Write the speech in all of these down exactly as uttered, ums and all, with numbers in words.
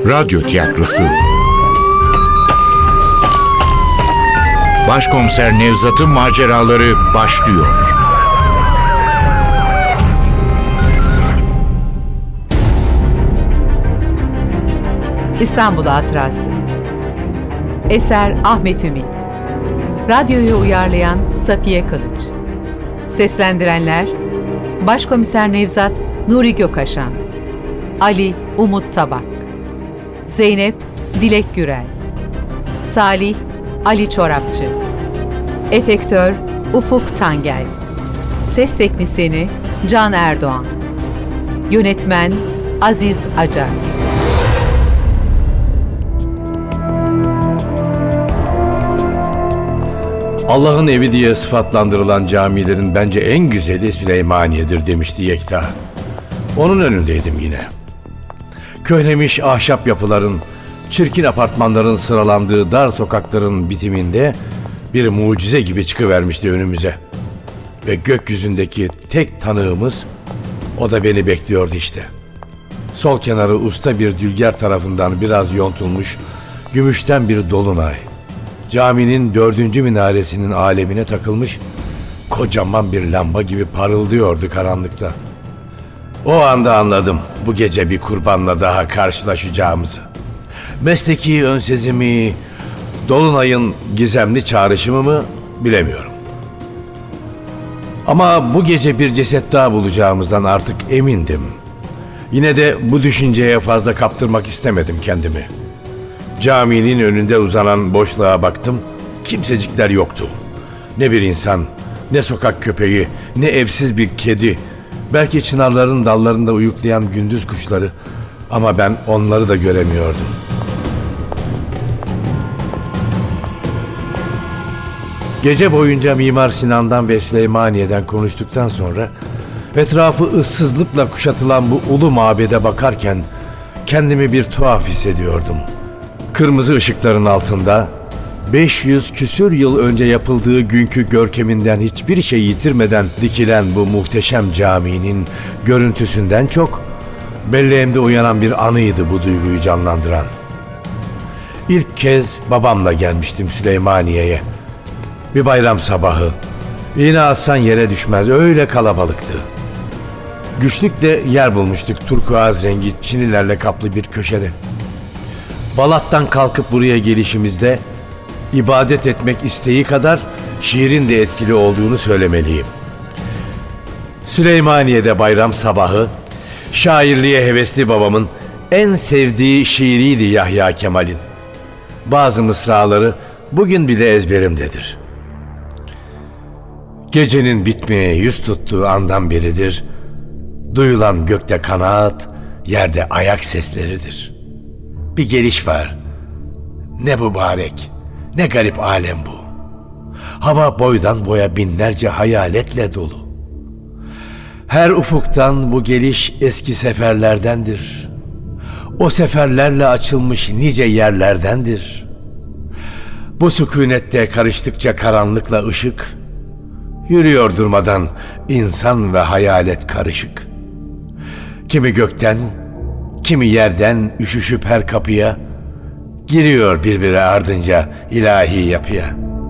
Radyo tiyatrosu. Başkomiser Nevzat'ın maceraları başlıyor. İstanbul Hatırası. Eser Ahmet Ümit. Radyoyu uyarlayan Safiye Kılıç. Seslendirenler: Başkomiser Nevzat Nuri Gökaşan, Ali Umut Tabak, Zeynep Dilek Gürel, Salih Ali Çorapçı, Efektör Ufuk Tangel, Ses Teknisyeni Can Erdoğan, Yönetmen Aziz Acar. Allah'ın evi diye sıfatlandırılan camilerin bence en güzeli Süleymaniye'dir demişti Yekta. Onun önündeydim yine. Köhnemiş ahşap yapıların, çirkin apartmanların sıralandığı dar sokakların bitiminde bir mucize gibi çıkıvermişti önümüze. Ve gökyüzündeki tek tanığımız, o da beni bekliyordu işte. Sol kenarı usta bir dülger tarafından biraz yontulmuş, gümüşten bir dolunay. Caminin dördüncü minaresinin alemine takılmış kocaman bir lamba gibi parıldıyordu karanlıkta. O anda anladım bu gece bir kurbanla daha karşılaşacağımızı. Mesleki önsezimi, dolunayın gizemli çağrışımı mı bilemiyorum. Ama bu gece bir ceset daha bulacağımızdan artık emindim. Yine de bu düşünceye fazla kaptırmak istemedim kendimi. Caminin önünde uzanan boşluğa baktım. Kimsecikler yoktu. Ne bir insan, ne sokak köpeği, ne evsiz bir kedi. Belki çınarların dallarında uyuklayan gündüz kuşları. Ama ben onları da göremiyordum. Gece boyunca Mimar Sinan'dan ve Süleymaniye'den konuştuktan sonra etrafı ıssızlıkla kuşatılan bu ulu mabede bakarken kendimi bir tuhaf hissediyordum. Kırmızı ışıkların altında beş yüz küsür yıl önce yapıldığı günkü görkeminden hiçbir şey yitirmeden dikilen bu muhteşem caminin görüntüsünden çok belleğimde uyanan bir anıydı bu duyguyu canlandıran. İlk kez babamla gelmiştim Süleymaniye'ye. Bir bayram sabahı. İğne atsan yere düşmez, öyle kalabalıktı. Güçlükle yer bulmuştuk turkuaz rengi çinilerle kaplı bir köşede. Balat'tan kalkıp buraya gelişimizde ibadet etmek isteği kadar şiirin de etkili olduğunu söylemeliyim. Süleymaniye'de bayram sabahı, şairliğe hevesli babamın en sevdiği şiiriydi Yahya Kemal'in. Bazı mısraları bugün bile ezberimdedir. Gecenin bitmeye yüz tuttuğu andan beridir, duyulan gökte kanaat, yerde ayak sesleridir. Bir geliş var. Ne mübarek, ne garip alem bu. Hava boydan boya binlerce hayaletle dolu. Her ufuktan bu geliş eski seferlerdendir. O seferlerle açılmış nice yerlerdendir. Bu sükunette karıştıkça karanlıkla ışık, yürüyor durmadan insan ve hayalet karışık. Kimi gökten, kimi yerden üşüşüp her kapıya, giriyor birbiri ardınca ilahi yapıya.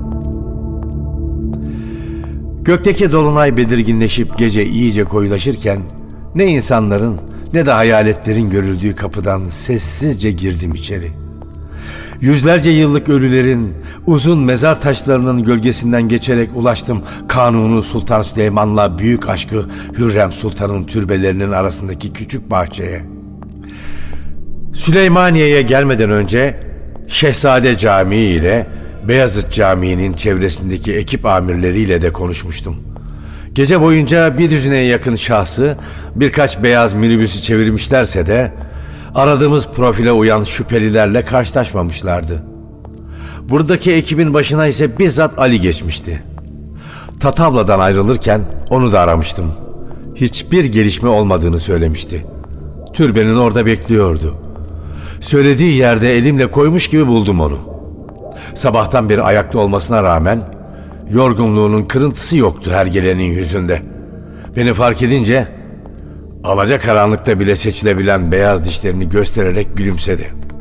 Gökteki dolunay belirginleşip gece iyice koyulaşırken, ne insanların ne de hayaletlerin görüldüğü kapıdan sessizce girdim içeri. Yüzlerce yıllık ölülerin, uzun mezar taşlarının gölgesinden geçerek ulaştım Kanuni Sultan Süleyman'la büyük aşkı Hürrem Sultan'ın türbelerinin arasındaki küçük bahçeye. Süleymaniye'ye gelmeden önce Şehzade Camii ile Beyazıt Camii'nin çevresindeki ekip amirleriyle de konuşmuştum. Gece boyunca bir düzineye yakın şahsı birkaç beyaz minibüsü çevirmişlerse de aradığımız profile uyan şüphelilerle karşılaşmamışlardı. Buradaki ekibin başına ise bizzat Ali geçmişti. Tatavla'dan ayrılırken onu da aramıştım. Hiçbir gelişme olmadığını söylemişti. Türbenin orada bekliyordu. Söylediği yerde elimle koymuş gibi buldum onu. Sabahtan beri ayakta olmasına rağmen yorgunluğunun kırıntısı yoktu her gelenin yüzünde. Beni fark edince alacakaranlıkta bile seçilebilen beyaz dişlerini göstererek gülümsedi.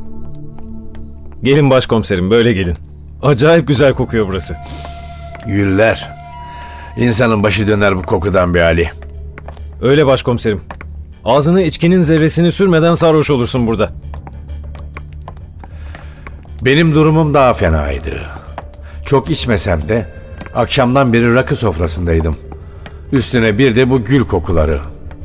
Gelin başkomiserim, böyle gelin. Acayip güzel kokuyor burası. Güller. İnsanın başı döner bu kokudan bir hali. Öyle başkomiserim. Ağzına içkinin zerresini sürmeden sarhoş olursun burada. Benim durumum daha fenaydı. Çok içmesem de akşamdan beri rakı sofrasındaydım. Üstüne bir de bu gül kokuları.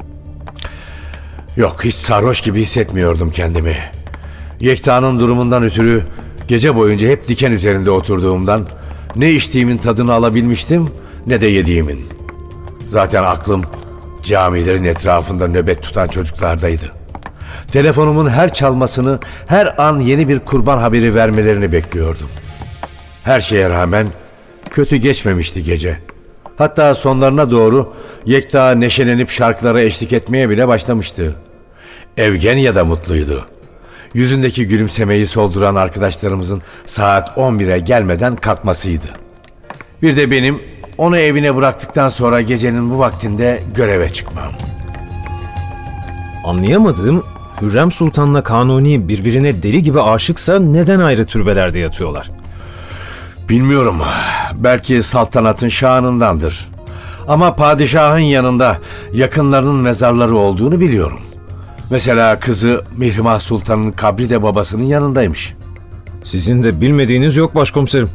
Yok, hiç sarhoş gibi hissetmiyordum kendimi. Yekta'nın durumundan ötürü gece boyunca hep diken üzerinde oturduğumdan ne içtiğimin tadını alabilmiştim ne de yediğimin. Zaten aklım camilerin etrafında nöbet tutan çocuklardaydı. Telefonumun her çalmasını, her an yeni bir kurban haberi vermelerini bekliyordum. Her şeye rağmen kötü geçmemişti gece. Hatta sonlarına doğru Yekta neşelenip şarkılara eşlik etmeye bile başlamıştı. Evgenya da mutluydu. Yüzündeki gülümsemeyi solduran arkadaşlarımızın saat on bire gelmeden kalkmasıydı. Bir de benim onu evine bıraktıktan sonra gecenin bu vaktinde göreve çıkmam. Anlayamadığım, Hürrem Sultan'la Kanuni birbirine deli gibi aşıksa neden ayrı türbelerde yatıyorlar? Bilmiyorum. Belki saltanatın şanındandır. Ama padişahın yanında yakınlarının mezarları olduğunu biliyorum. Mesela kızı Mihrimah Sultan'ın kabri de babasının yanındaymış. Sizin de bilmediğiniz yok başkomiserim.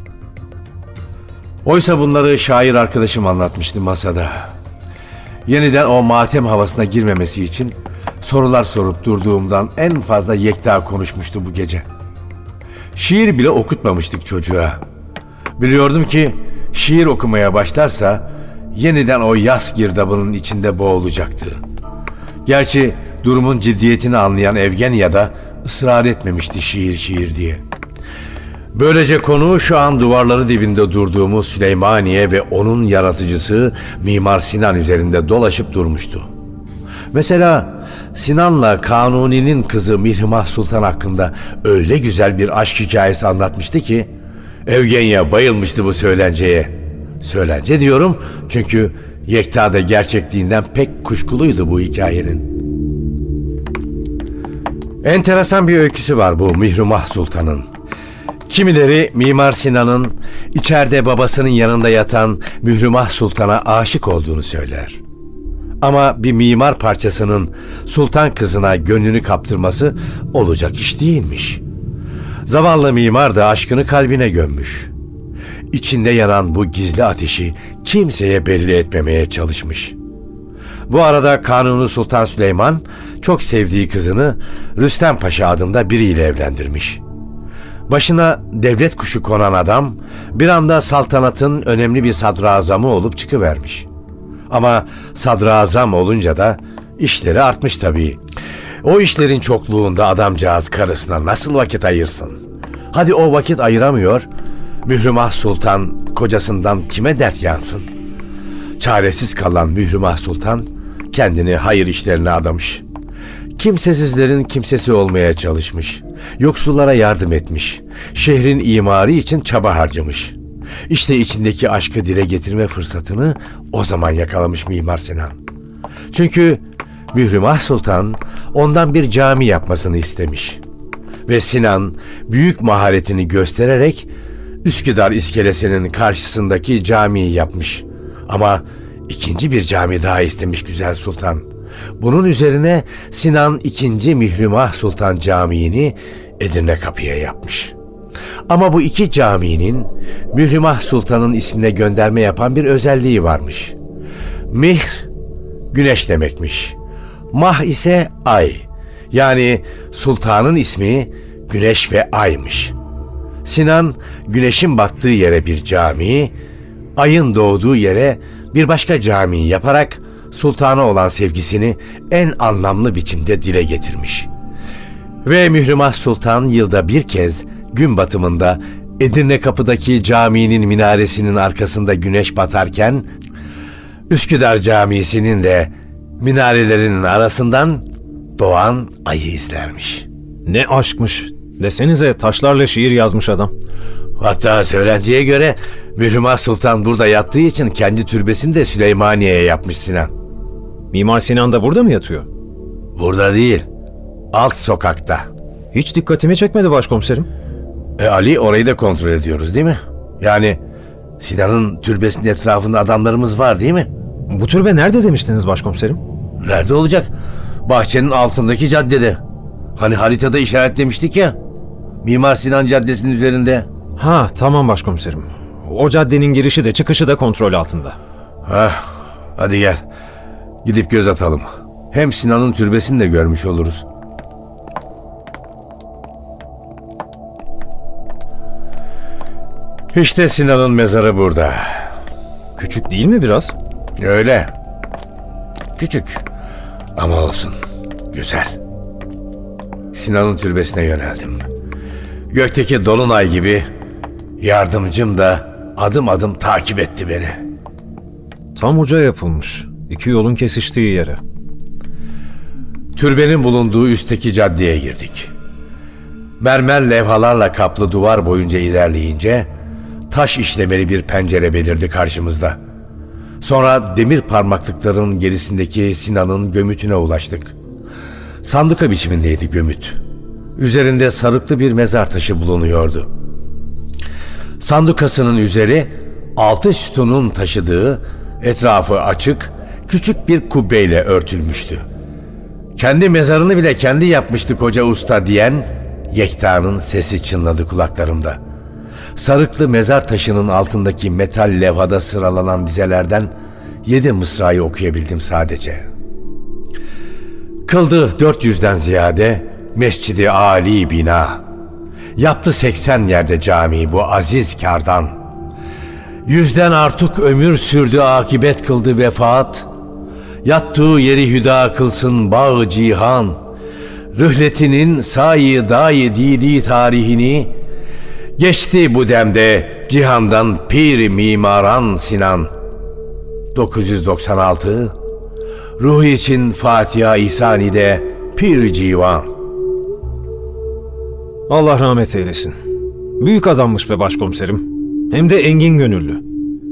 Oysa bunları şair arkadaşım anlatmıştı masada. Yeniden o matem havasına girmemesi için sorular sorup durduğumdan en fazla Yekta konuşmuştu bu gece. Şiir bile okutmamıştık çocuğa. Biliyordum ki şiir okumaya başlarsa yeniden o yas girdabının içinde boğulacaktı. Gerçi durumun ciddiyetini anlayan Evgenya da ısrar etmemişti şiir şiir diye. Böylece konu şu an duvarları dibinde durduğumuz Süleymaniye ve onun yaratıcısı Mimar Sinan üzerinde dolaşıp durmuştu. Mesela Sinan'la Kanuni'nin kızı Mihrimah Sultan hakkında öyle güzel bir aşk hikayesi anlatmıştı ki Evgenya bayılmıştı bu söylenceye. Söylence diyorum çünkü Yekta da gerçekliğinden pek kuşkuluydu bu hikayenin. Enteresan bir öyküsü var bu Mihrimah Sultan'ın. Kimileri Mimar Sinan'ın içeride babasının yanında yatan Mihrimah Sultan'a aşık olduğunu söyler. Ama bir mimar parçasının sultan kızına gönlünü kaptırması olacak iş değilmiş. Zavallı mimar da aşkını kalbine gömmüş. İçinde yanan bu gizli ateşi kimseye belli etmemeye çalışmış. Bu arada Kanuni Sultan Süleyman çok sevdiği kızını Rüstem Paşa adında biriyle evlendirmiş. Başına devlet kuşu konan adam bir anda saltanatın önemli bir sadrazamı olup çıkıvermiş. Ama sadrazam olunca da işleri artmış tabii. O işlerin çokluğunda adamcağız karısına nasıl vakit ayırsın? Hadi o vakit ayıramıyor, Mihrimah Sultan kocasından kime dert yansın? Çaresiz kalan Mihrimah Sultan kendini hayır işlerine adamış. Kimsesizlerin kimsesi olmaya çalışmış. Yoksullara yardım etmiş. Şehrin imarı için çaba harcamış. İşte içindeki aşkı dile getirme fırsatını o zaman yakalamış Mimar Sinan. Çünkü Mihrimah Sultan ondan bir cami yapmasını istemiş. Ve Sinan büyük maharetini göstererek Üsküdar iskelesinin karşısındaki camiyi yapmış. Ama ikinci bir cami daha istemiş güzel sultan. Bunun üzerine Sinan ikinci Mihrimah Sultan Camii'ni Edirne Kapı'ya yapmış. Ama bu iki caminin Mihrimah Sultan'ın ismine gönderme yapan bir özelliği varmış. Mihr, güneş demekmiş. Mah ise ay. Yani sultanın ismi Güneş ve Ay'mış. Sinan, güneşin battığı yere bir cami, ayın doğduğu yere bir başka cami yaparak sultana olan sevgisini en anlamlı biçimde dile getirmiş. Ve Mihrimah Sultan yılda bir kez gün batımında Edirne Kapı'daki caminin minaresinin arkasında güneş batarken Üsküdar Camisi'nin de minarelerinin arasından doğan ayı izlermiş. Ne aşkmış. Desenize, taşlarla şiir yazmış adam. Hatta söylenceye göre Mihrimah Sultan burada yattığı için kendi türbesini de Süleymaniye'ye yapmış Sinan. Mimar Sinan da burada mı yatıyor? Burada değil, alt sokakta. Hiç dikkatimi çekmedi başkomiserim. E Ali, orayı da kontrol ediyoruz değil mi? Yani Sinan'ın türbesinin etrafında adamlarımız var değil mi? Bu türbe nerede demiştiniz başkomiserim? Nerede olacak? Bahçenin altındaki caddede. Hani haritada işaretlemiştik ya. Mimar Sinan Caddesi'nin üzerinde. Ha, tamam başkomiserim. O caddenin girişi de çıkışı da kontrol altında. Hah, hadi gel. Gidip göz atalım. Hem Sinan'ın türbesini de görmüş oluruz. İşte Sinan'ın mezarı burada. Küçük değil mi biraz? Öyle. Küçük. Ama olsun. Güzel. Sinan'ın türbesine yöneldim. Gökteki dolunay gibi yardımcım da adım adım takip etti beni. Tam uca yapılmış. İki yolun kesiştiği yere. Türbenin bulunduğu üstteki caddeye girdik. Mermer levhalarla kaplı duvar boyunca ilerleyince taş işlemeli bir pencere belirdi karşımızda. Sonra demir parmaklıkların gerisindeki Sinan'ın gömütüne ulaştık. Sanduka biçimindeydi gömüt. Üzerinde sarıklı bir mezar taşı bulunuyordu. Sandukasının üzeri altı sütunun taşıdığı, etrafı açık, küçük bir kubbeyle örtülmüştü. Kendi mezarını bile kendi yapmıştı koca usta diyen Yekta'nın sesi çınladı kulaklarımda. Sarıklı mezar taşının altındaki metal levhada sıralanan dizelerden yedi mısrayı okuyabildim sadece. Kıldı dört yüzden ziyade mescidi âli bina. Yaptı seksen yerde cami bu aziz kârdan. Yüzden artık ömür sürdü akibet kıldı vefat. Yattığı yeri hüda kılsın bağı cihan. Rühletinin sayi dayi didi tarihini. Geçti bu demde cihandan pir mimaran Sinan. dokuz yüz doksan altı Ruh için Fatiha İhsani'de pir civan. Allah rahmet eylesin. Büyük adammış be başkomiserim. Hem de engin gönüllü.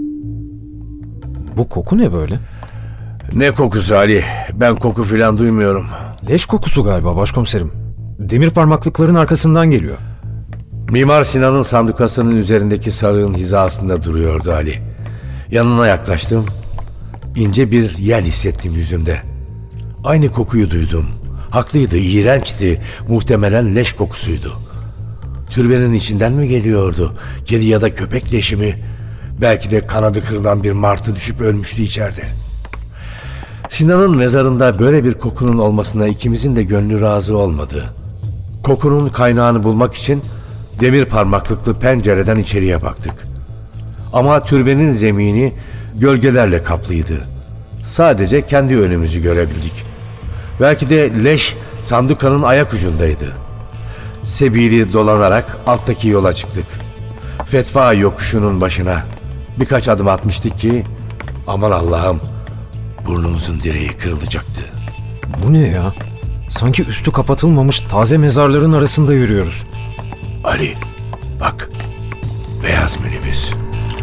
Bu koku ne böyle? Ne kokusu Ali? Ben koku filan duymuyorum. Leş kokusu galiba başkomiserim. Demir parmaklıkların arkasından geliyor. Mimar Sinan'ın sandukasının üzerindeki sarığın hizasında duruyordu Ali. Yanına yaklaştım. İnce bir yel hissettim yüzümde. Aynı kokuyu duydum. Haklıydı, iğrençti. Muhtemelen leş kokusuydu. Türbenin içinden mi geliyordu? Kedi ya da köpek leşi mi? Belki de kanadı kırılan bir martı düşüp ölmüştü içeride. Sinan'ın mezarında böyle bir kokunun olmasına ikimizin de gönlü razı olmadı. Kokunun kaynağını bulmak için demir parmaklıklı pencereden içeriye baktık. Ama türbenin zemini gölgelerle kaplıydı. Sadece kendi önümüzü görebildik. Belki de leş sandukanın ayak ucundaydı. Sebili dolanarak alttaki yola çıktık. Fetva yokuşunun başına birkaç adım atmıştık ki aman Allah'ım, burnumuzun direği kırılacaktı. Bu ne ya? Sanki üstü kapatılmamış taze mezarların arasında yürüyoruz. Ali, bak, beyaz minibüs.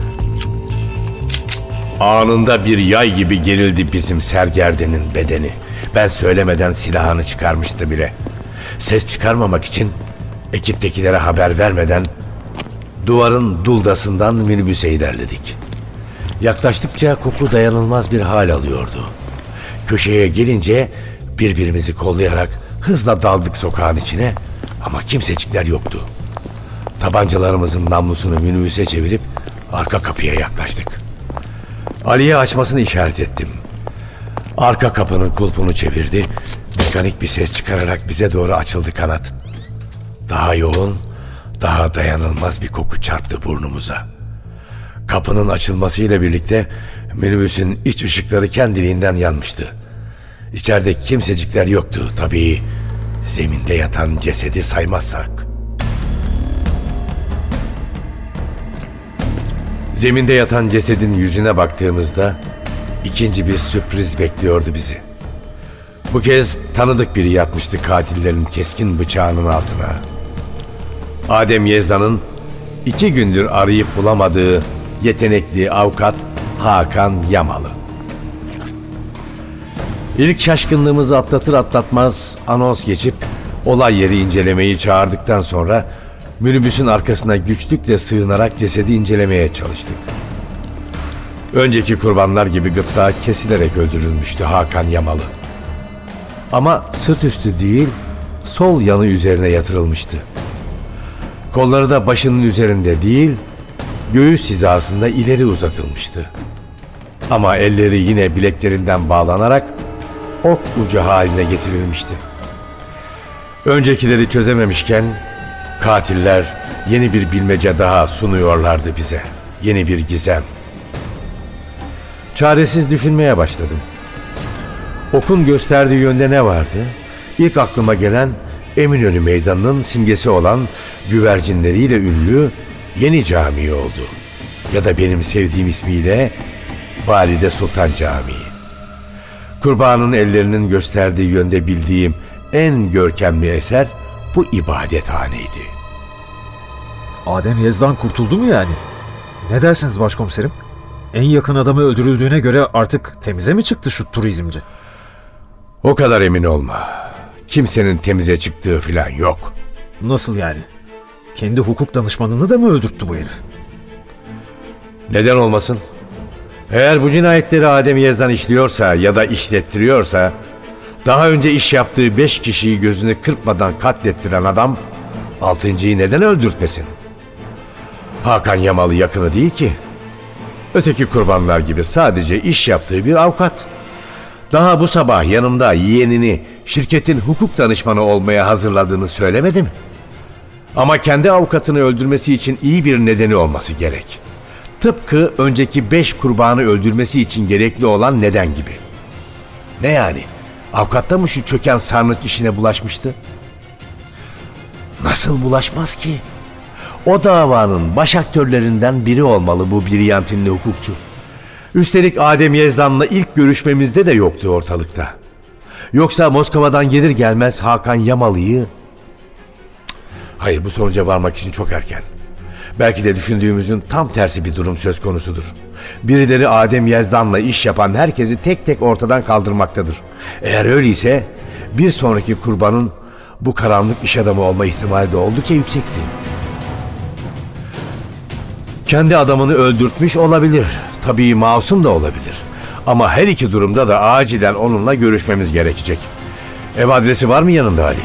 Anında bir yay gibi gerildi bizim sergerdenin bedeni. Ben söylemeden silahını çıkarmıştı bile. Ses çıkarmamak için ekiptekilere haber vermeden duvarın duldasından minibüse ilerledik. Yaklaştıkça koku dayanılmaz bir hal alıyordu. Köşeye gelince birbirimizi kollayarak hızla daldık sokağın içine ama kimsecikler yoktu. Tabancalarımızın namlusunu minibüse çevirip arka kapıya yaklaştık. Ali'ye açmasını işaret ettim. Arka kapının kulpunu çevirdi. Mekanik bir ses çıkararak bize doğru açıldı kanat. Daha yoğun, daha dayanılmaz bir koku çarptı burnumuza. Kapının açılmasıyla birlikte minibüsün iç ışıkları kendiliğinden yanmıştı. İçeride kimsecikler yoktu tabii, zeminde yatan cesedi saymazsak. Zeminde yatan cesedin yüzüne baktığımızda ikinci bir sürpriz bekliyordu bizi. Bu kez tanıdık biri yatmıştı katillerin keskin bıçağının altına. Adem Yezdan'ın iki gündür arayıp bulamadığı yetenekli avukat Hakan Yamalı. İlk şaşkınlığımızı atlatır atlatmaz anons geçip olay yeri incelemeyi çağırdıktan sonra Minibüsün arkasına güçlükle sığınarak cesedi incelemeye çalıştık. Önceki kurbanlar gibi gırtlağı kesilerek öldürülmüştü Hakan Yamalı. Ama sırt üstü değil, sol yanı üzerine yatırılmıştı. Kolları da başının üzerinde değil, göğüs hizasında ileri uzatılmıştı. Ama elleri yine bileklerinden bağlanarak ok ucu haline getirilmişti. Öncekileri çözememişken katiller yeni bir bilmece daha sunuyorlardı bize. Yeni bir gizem. Çaresiz düşünmeye başladım. Okun gösterdiği yönde ne vardı? İlk aklıma gelen Eminönü Meydanı'nın simgesi olan güvercinleriyle ünlü Yeni Camii oldu. Ya da benim sevdiğim ismiyle Valide Sultan Camii. Kurbanın ellerinin gösterdiği yönde bildiğim en görkemli eser bu ibadethaneydi. Adem Yezdan kurtuldu mu yani? Ne dersiniz başkomiserim? En yakın adamı öldürüldüğüne göre artık temize mi çıktı şu turizmci? O kadar emin olma. Kimsenin temize çıktığı falan yok. Nasıl yani? Kendi hukuk danışmanını da mı öldürttü bu herif? Neden olmasın? Eğer bu cinayetleri Adem Yezdan işliyorsa ya da işlettiriyorsa, daha önce iş yaptığı beş kişiyi gözünü kırpmadan katlettiren adam altıncıyı neden öldürtmesin? Hakan Yamalı yakını değil ki. Öteki kurbanlar gibi sadece iş yaptığı bir avukat. Daha bu sabah yanımda yeğenini şirketin hukuk danışmanı olmaya hazırladığını söylemedi mi? Ama kendi avukatını öldürmesi için iyi bir nedeni olması gerek. Tıpkı önceki beş kurbanı öldürmesi için gerekli olan neden gibi. Ne yani? Avukatta mı şu çöken sarnıç işine bulaşmıştı? Nasıl bulaşmaz ki? O davanın baş aktörlerinden biri olmalı bu brilyantinli hukukçu. Üstelik Adem Yezdan'la ilk görüşmemizde de yoktu ortalıkta. Yoksa Moskova'dan gelir gelmez Hakan Yamalı'yı... Hayır, bu sonuca varmak için çok erken. Belki de düşündüğümüzün tam tersi bir durum söz konusudur. Birileri Adem Yezdan'la iş yapan herkesi tek tek ortadan kaldırmaktadır. Eğer öyleyse bir sonraki kurbanın bu karanlık iş adamı olma ihtimali de oldukça yüksekti. Kendi adamını öldürtmüş olabilir. Tabii masum da olabilir. Ama her iki durumda da acilen onunla görüşmemiz gerekecek. Ev adresi var mı yanında Ali?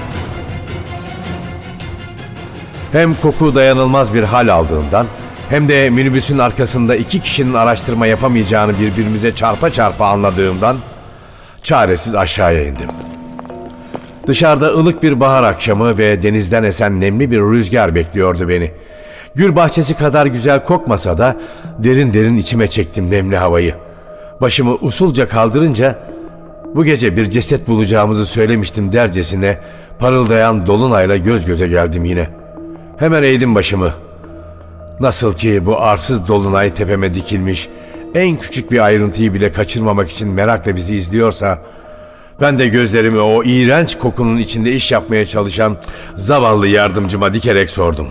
Hem koku dayanılmaz bir hal aldığından hem de minibüsün arkasında iki kişinin araştırma yapamayacağını birbirimize çarpa çarpa anladığımdan çaresiz aşağıya indim. Dışarıda ılık bir bahar akşamı ve denizden esen nemli bir rüzgar bekliyordu beni. Gül bahçesi kadar güzel kokmasa da derin derin içime çektim nemli havayı. Başımı usulca kaldırınca bu gece bir ceset bulacağımızı söylemiştim dercesine parıldayan dolunayla göz göze geldim yine. Hemen eğdim başımı. Nasıl ki bu arsız dolunay tepeme dikilmiş, en küçük bir ayrıntıyı bile kaçırmamak için merakla bizi izliyorsa, ben de gözlerimi o iğrenç kokunun içinde iş yapmaya çalışan zavallı yardımcıma dikerek sordum.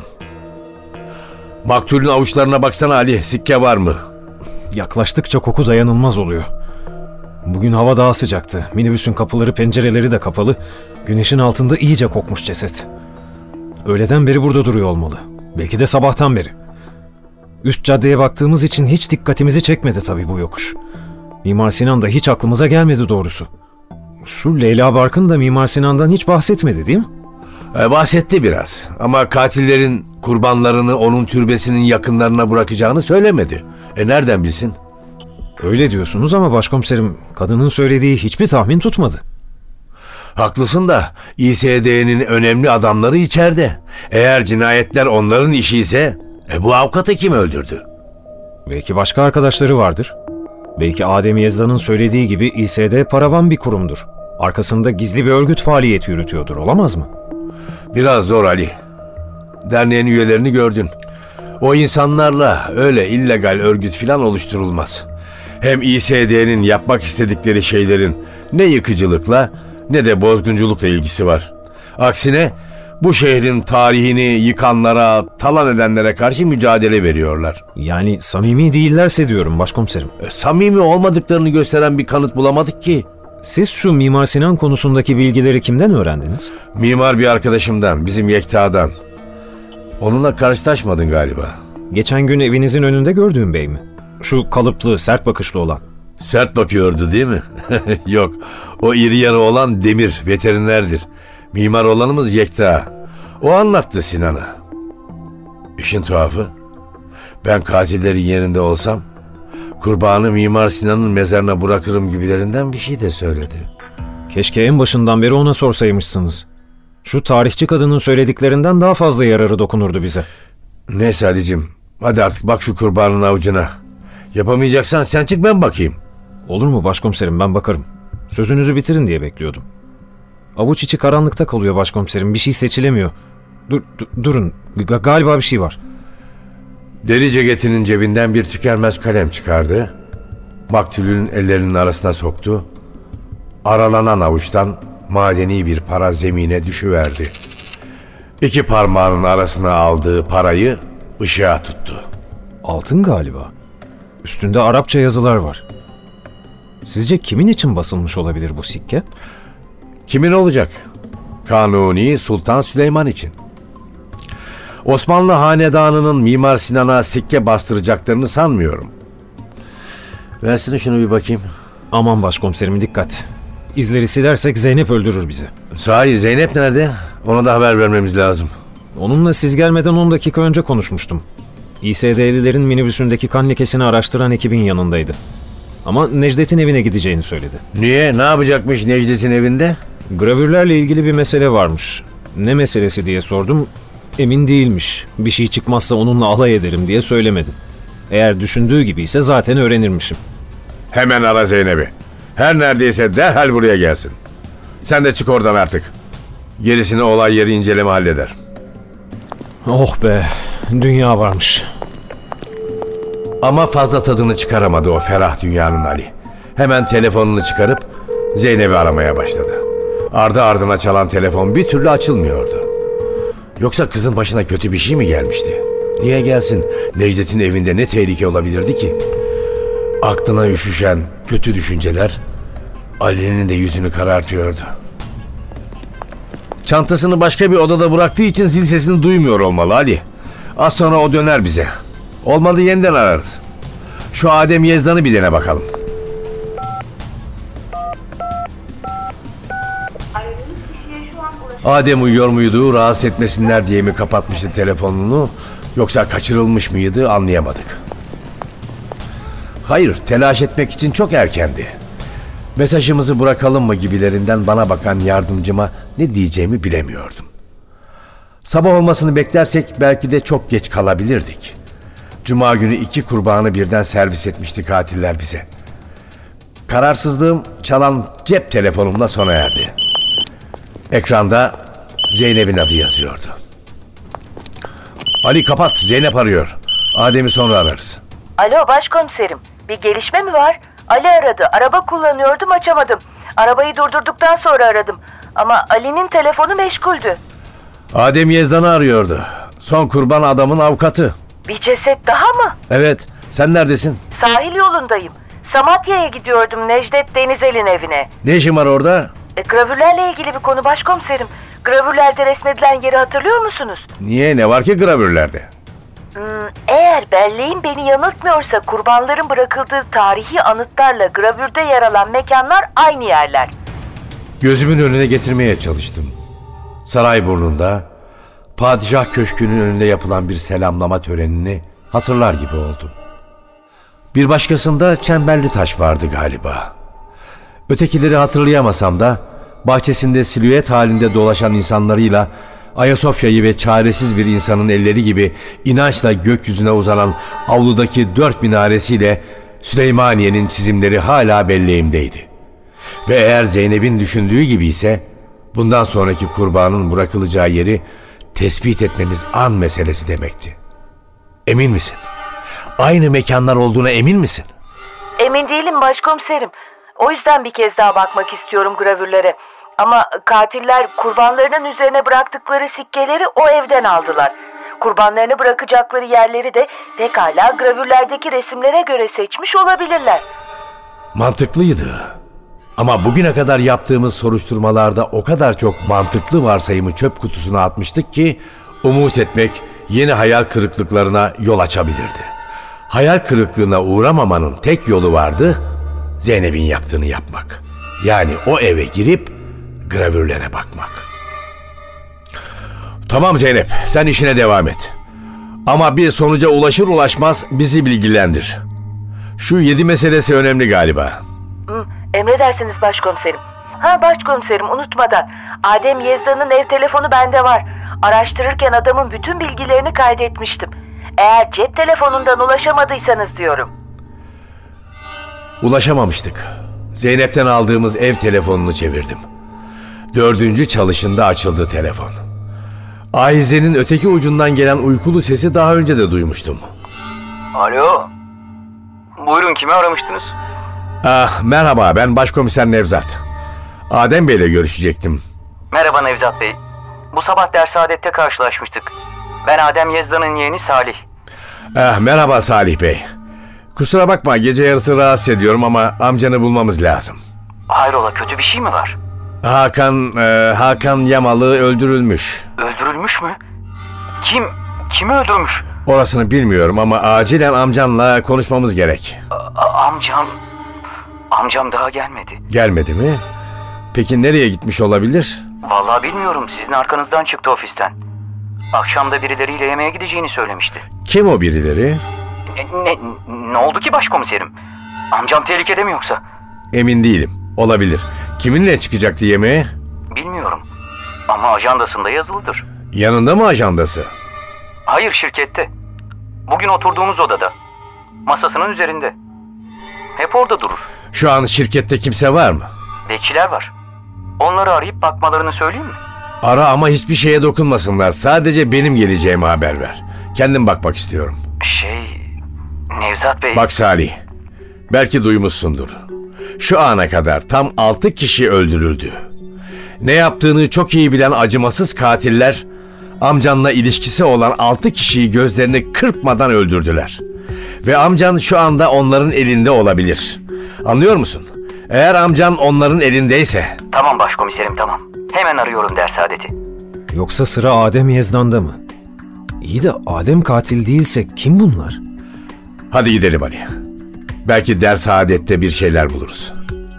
Maktulün avuçlarına baksana Ali, sikke var mı? Yaklaştıkça koku dayanılmaz oluyor. Bugün hava daha sıcaktı. Minibüsün kapıları, pencereleri de kapalı. Güneşin altında iyice kokmuş ceset. Öğleden beri burada duruyor olmalı. Belki de sabahtan beri. Üst caddeye baktığımız için hiç dikkatimizi çekmedi tabii bu yokuş. Mimar Sinan da hiç aklımıza gelmedi doğrusu. Şu Leyla Barkın da Mimar Sinan'dan hiç bahsetmedi değil mi? E, bahsetti biraz ama katillerin kurbanlarını onun türbesinin yakınlarına bırakacağını söylemedi. E nereden bilsin? Öyle diyorsunuz ama başkomiserim, kadının söylediği hiçbir tahmin tutmadı. Haklısın da İ S D'nin önemli adamları içeride. Eğer cinayetler onların işi ise e, bu avukatı kim öldürdü? Belki başka arkadaşları vardır. Belki Adem Yezdan'ın söylediği gibi İ S D paravan bir kurumdur. Arkasında gizli bir örgüt faaliyeti yürütüyordur, olamaz mı? Biraz zor Ali. Derneğin üyelerini gördün. O insanlarla öyle illegal örgüt filan oluşturulmaz. Hem İ S D'nin yapmak istedikleri şeylerin ne yıkıcılıkla ne de bozgunculukla ilgisi var. Aksine bu şehrin tarihini yıkanlara, talan edenlere karşı mücadele veriyorlar. Yani samimi değillerse diyorum başkomiserim. E, samimi olmadıklarını gösteren bir kanıt bulamadık ki. Siz şu Mimar Sinan konusundaki bilgileri kimden öğrendiniz? Mimar bir arkadaşımdan, bizim Yekta'dan. Onunla karşılaşmadın galiba. Geçen gün evinizin önünde gördüğüm bey mi? Şu kalıplı, sert bakışlı olan. Sert bakıyordu değil mi? Yok. O iri yarı olan Demir, veterinerdir. Mimar olanımız Yekta. O anlattı Sinan'a. İşin tuhafı, ben katillerin yerinde olsam kurbanı Mimar Sinan'ın mezarına bırakırım gibilerinden bir şey de söyledi. Keşke en başından beri ona sorsaymışsınız. Şu tarihçi kadının söylediklerinden daha fazla yararı dokunurdu bize. Neyse Ali'cim, hadi artık bak şu kurbanın avucuna. Yapamayacaksan sen çık, ben bakayım. Olur mu başkomiserim, ben bakarım. Sözünüzü bitirin diye bekliyordum. Avuç içi karanlıkta kalıyor başkomiserim, bir şey seçilemiyor. Dur, dur durun, G- galiba bir şey var. Deri ceketinin cebinden bir tükenmez kalem çıkardı. Maktulün ellerinin arasına soktu. Aralanan avuçtan madeni bir para zemine düşüverdi. İki parmağının arasına aldığı parayı ışığa tuttu. Altın galiba. Üstünde Arapça yazılar var. Sizce kimin için basılmış olabilir bu sikke? Kimin olacak? Kanuni Sultan Süleyman için. Osmanlı hanedanının Mimar Sinan'a sikke bastıracaklarını sanmıyorum. Versene şunu bir bakayım. Aman başkomiserim, dikkat. İzleri silersek Zeynep öldürür bizi. Sahi Zeynep nerede? Ona da haber vermemiz lazım. Onunla siz gelmeden on dakika önce konuşmuştum. İ S D'lilerin minibüsündeki kan lekesini araştıran ekibin yanındaydı. Ama Necdet'in evine gideceğini söyledi. Niye? Ne yapacakmış Necdet'in evinde? Gravürlerle ilgili bir mesele varmış. Ne meselesi diye sordum. Emin değilmiş. Bir şey çıkmazsa onunla alay ederim diye söylemedi. Eğer düşündüğü gibiyse zaten öğrenirmişim. Hemen ara Zeynep'i. Her neredeyse derhal buraya gelsin. Sen de çık oradan artık. Gerisini olay yeri inceleme halleder. Oh be, dünya varmış. Ama fazla tadını çıkaramadı o ferah dünyanın Ali. Hemen telefonunu çıkarıp Zeynep'i aramaya başladı. Ardı ardına çalan telefon bir türlü açılmıyordu. Yoksa kızın başına kötü bir şey mi gelmişti? Niye gelsin? Necdet'in evinde ne tehlike olabilirdi ki? Aklına üşüşen kötü düşünceler Ali'nin de yüzünü karartıyordu. Çantasını başka bir odada bıraktığı için zil sesini duymuyor olmalı Ali. Az sonra o döner bize. Olmadı yeniden ararız. Şu Adem Yezdan'ı bir dene bakalım. Adem uyuyor muydu, rahatsız etmesinler diye mi kapatmıştı telefonunu, yoksa kaçırılmış mıydı anlayamadık. Hayır, telaş etmek için çok erkendi. Mesajımızı bırakalım mı gibilerinden bana bakan yardımcıma ne diyeceğimi bilemiyordum. Sabah olmasını beklersek belki de çok geç kalabilirdik. Cuma günü iki kurbanı birden servis etmişti katiller bize. Kararsızlığım çalan cep telefonumla sona erdi. Ekranda Zeynep'in adı yazıyordu. Ali kapat, Zeynep arıyor. Adem'i sonra ararız. Alo başkomiserim, bir gelişme mi var? Ali aradı, araba kullanıyordum, açamadım. Arabayı durdurduktan sonra aradım. Ama Ali'nin telefonu meşguldü. Adem Yezdan'ı arıyordu. Son kurban adamın avukatı. Bir ceset daha mı? Evet, sen neredesin? Sahil yolundayım. Samatya'ya gidiyordum, Necdet Denizel'in evine. Ne işin var orada? E, gravürlerle ilgili bir konu başkomiserim. Gravürlerde resmedilen yeri hatırlıyor musunuz? Niye, ne var ki gravürlerde? Hmm, eğer belleğim beni yanıltmıyorsa kurbanların bırakıldığı tarihi anıtlarla gravürde yer alan mekanlar aynı yerler. Gözümün önüne getirmeye çalıştım. Sarayburnu'nda, Padişah Köşkü'nün önünde yapılan bir selamlama törenini hatırlar gibi oldum. Bir başkasında Çemberli Taş vardı galiba. Ötekileri hatırlayamasam da bahçesinde silüet halinde dolaşan insanlarıyla Ayasofya'yı ve çaresiz bir insanın elleri gibi inançla gökyüzüne uzanan avludaki dört minaresiyle Süleymaniye'nin çizimleri hala belleğimdeydi. Ve eğer Zeynep'in düşündüğü gibi ise bundan sonraki kurbanın bırakılacağı yeri tespit etmemiz an meselesi demekti. Emin misin? Aynı mekanlar olduğuna emin misin? Emin değilim başkomiserim. O yüzden bir kez daha bakmak istiyorum gravürlere. Ama katiller kurbanlarının üzerine bıraktıkları sikkeleri o evden aldılar. Kurbanlarını bırakacakları yerleri de pekala gravürlerdeki resimlere göre seçmiş olabilirler. Mantıklıydı. Ama bugüne kadar yaptığımız soruşturmalarda o kadar çok mantıklı varsayımı çöp kutusuna atmıştık ki umut etmek yeni hayal kırıklıklarına yol açabilirdi. Hayal kırıklığına uğramamanın tek yolu vardı, Zeynep'in yaptığını yapmak. Yani o eve girip gravürlere bakmak. Tamam Zeynep, sen işine devam et. Ama bir sonuca ulaşır ulaşmaz bizi bilgilendir. Şu yedi meselesi önemli galiba. Hı, emredersiniz başkomiserim. Ha başkomiserim, unutmadan. Adem Yezdan'ın ev telefonu bende var. Araştırırken adamın bütün bilgilerini kaydetmiştim. Eğer cep telefonundan ulaşamadıysanız diyorum. Ulaşamamıştık. Zeynep'ten aldığımız ev telefonunu çevirdim. Dördüncü çalışında açıldı telefon. Ahize'nin öteki ucundan gelen uykulu sesi daha önce de duymuştum. Alo. Buyurun, kimi aramıştınız? Ah, merhaba, ben Başkomiser Nevzat. Adem Bey'le görüşecektim. Merhaba Nevzat Bey. Bu sabah Dersaadet'te karşılaşmıştık. Ben Adem Yezdan'ın yeğeni Salih. Ah, merhaba Salih Bey. Kusura bakma, gece yarısı rahatsız ediyorum ama amcanı bulmamız lazım. Hayrola, kötü bir şey mi var? Hakan, e, Hakan Yamalı öldürülmüş. Öldürülmüş mü? Kim, kimi öldürmüş? Orasını bilmiyorum ama acilen amcanla konuşmamız gerek. A- amcam, amcam daha gelmedi. Gelmedi mi? Peki nereye gitmiş olabilir? Vallahi bilmiyorum, sizin arkanızdan çıktı ofisten. Akşam da birileriyle yemeğe gideceğini söylemişti. Kim o birileri? Ne, ne, ne oldu ki başkomiserim? Amcam tehlikede mi yoksa? Emin değilim. Olabilir. Kiminle çıkacaktı yemeğe? Bilmiyorum. Ama ajandasında yazılıdır. Yanında mı ajandası? Hayır, şirkette. Bugün oturduğumuz odada. Masasının üzerinde. Hep orada durur. Şu an şirkette kimse var mı? Bekçiler var. Onları arayıp bakmalarını söyleyeyim mi? Ara ama hiçbir şeye dokunmasınlar. Sadece benim geleceğime haber ver. Kendim bakmak istiyorum. Şey... Nevzat Bey... Bak Salih, belki duymuşsundur. Şu ana kadar tam altı kişi öldürüldü. Ne yaptığını çok iyi bilen acımasız katiller, amcanla ilişkisi olan altı kişiyi gözlerini kırpmadan öldürdüler. Ve amcan şu anda onların elinde olabilir. Anlıyor musun? Eğer amcan onların elindeyse... Tamam başkomiserim, tamam. Hemen arıyorum Dersaadet'i. Yoksa sıra Adem Yezdan'da mı? İyi de Adem katil değilse kim bunlar? Hadi gidelim Ali. Belki Dersaadet'te bir şeyler buluruz.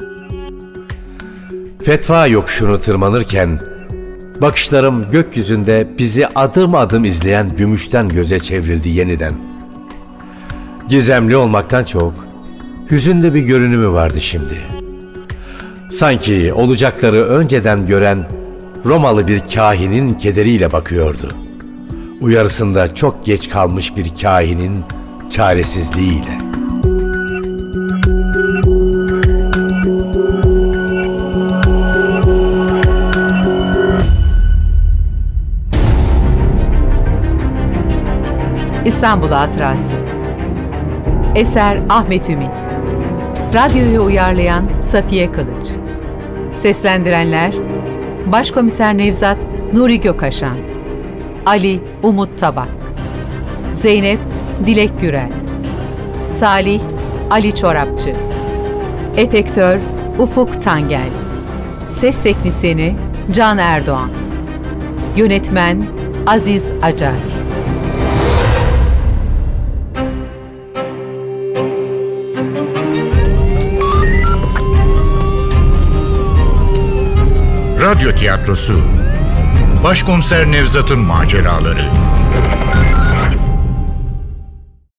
Fetva yokuşunu tırmanırken bakışlarım gökyüzünde bizi adım adım izleyen gümüşten göze çevrildi yeniden. Gizemli olmaktan çok hüzünlü bir görünümü vardı şimdi. Sanki olacakları önceden gören Romalı bir kahinin kederiyle bakıyordu. Uyarısında çok geç kalmış bir kahinin çaresizliğiyle. İstanbul Hatırası. Eser Ahmet Ümit. Radyoyu uyarlayan Safiye Kılıç. Seslendirenler: Başkomiser Nevzat Nuri Gökaşan, Ali Umut Tabak, Zeynep Dilek Gürel, Salih Ali Çorapçı, Efektör Ufuk Tangel, Ses Teknisyeni Can Erdoğan, Yönetmen Aziz Acar. Radyo tiyatrosu Başkomiser Nevzat'ın maceraları.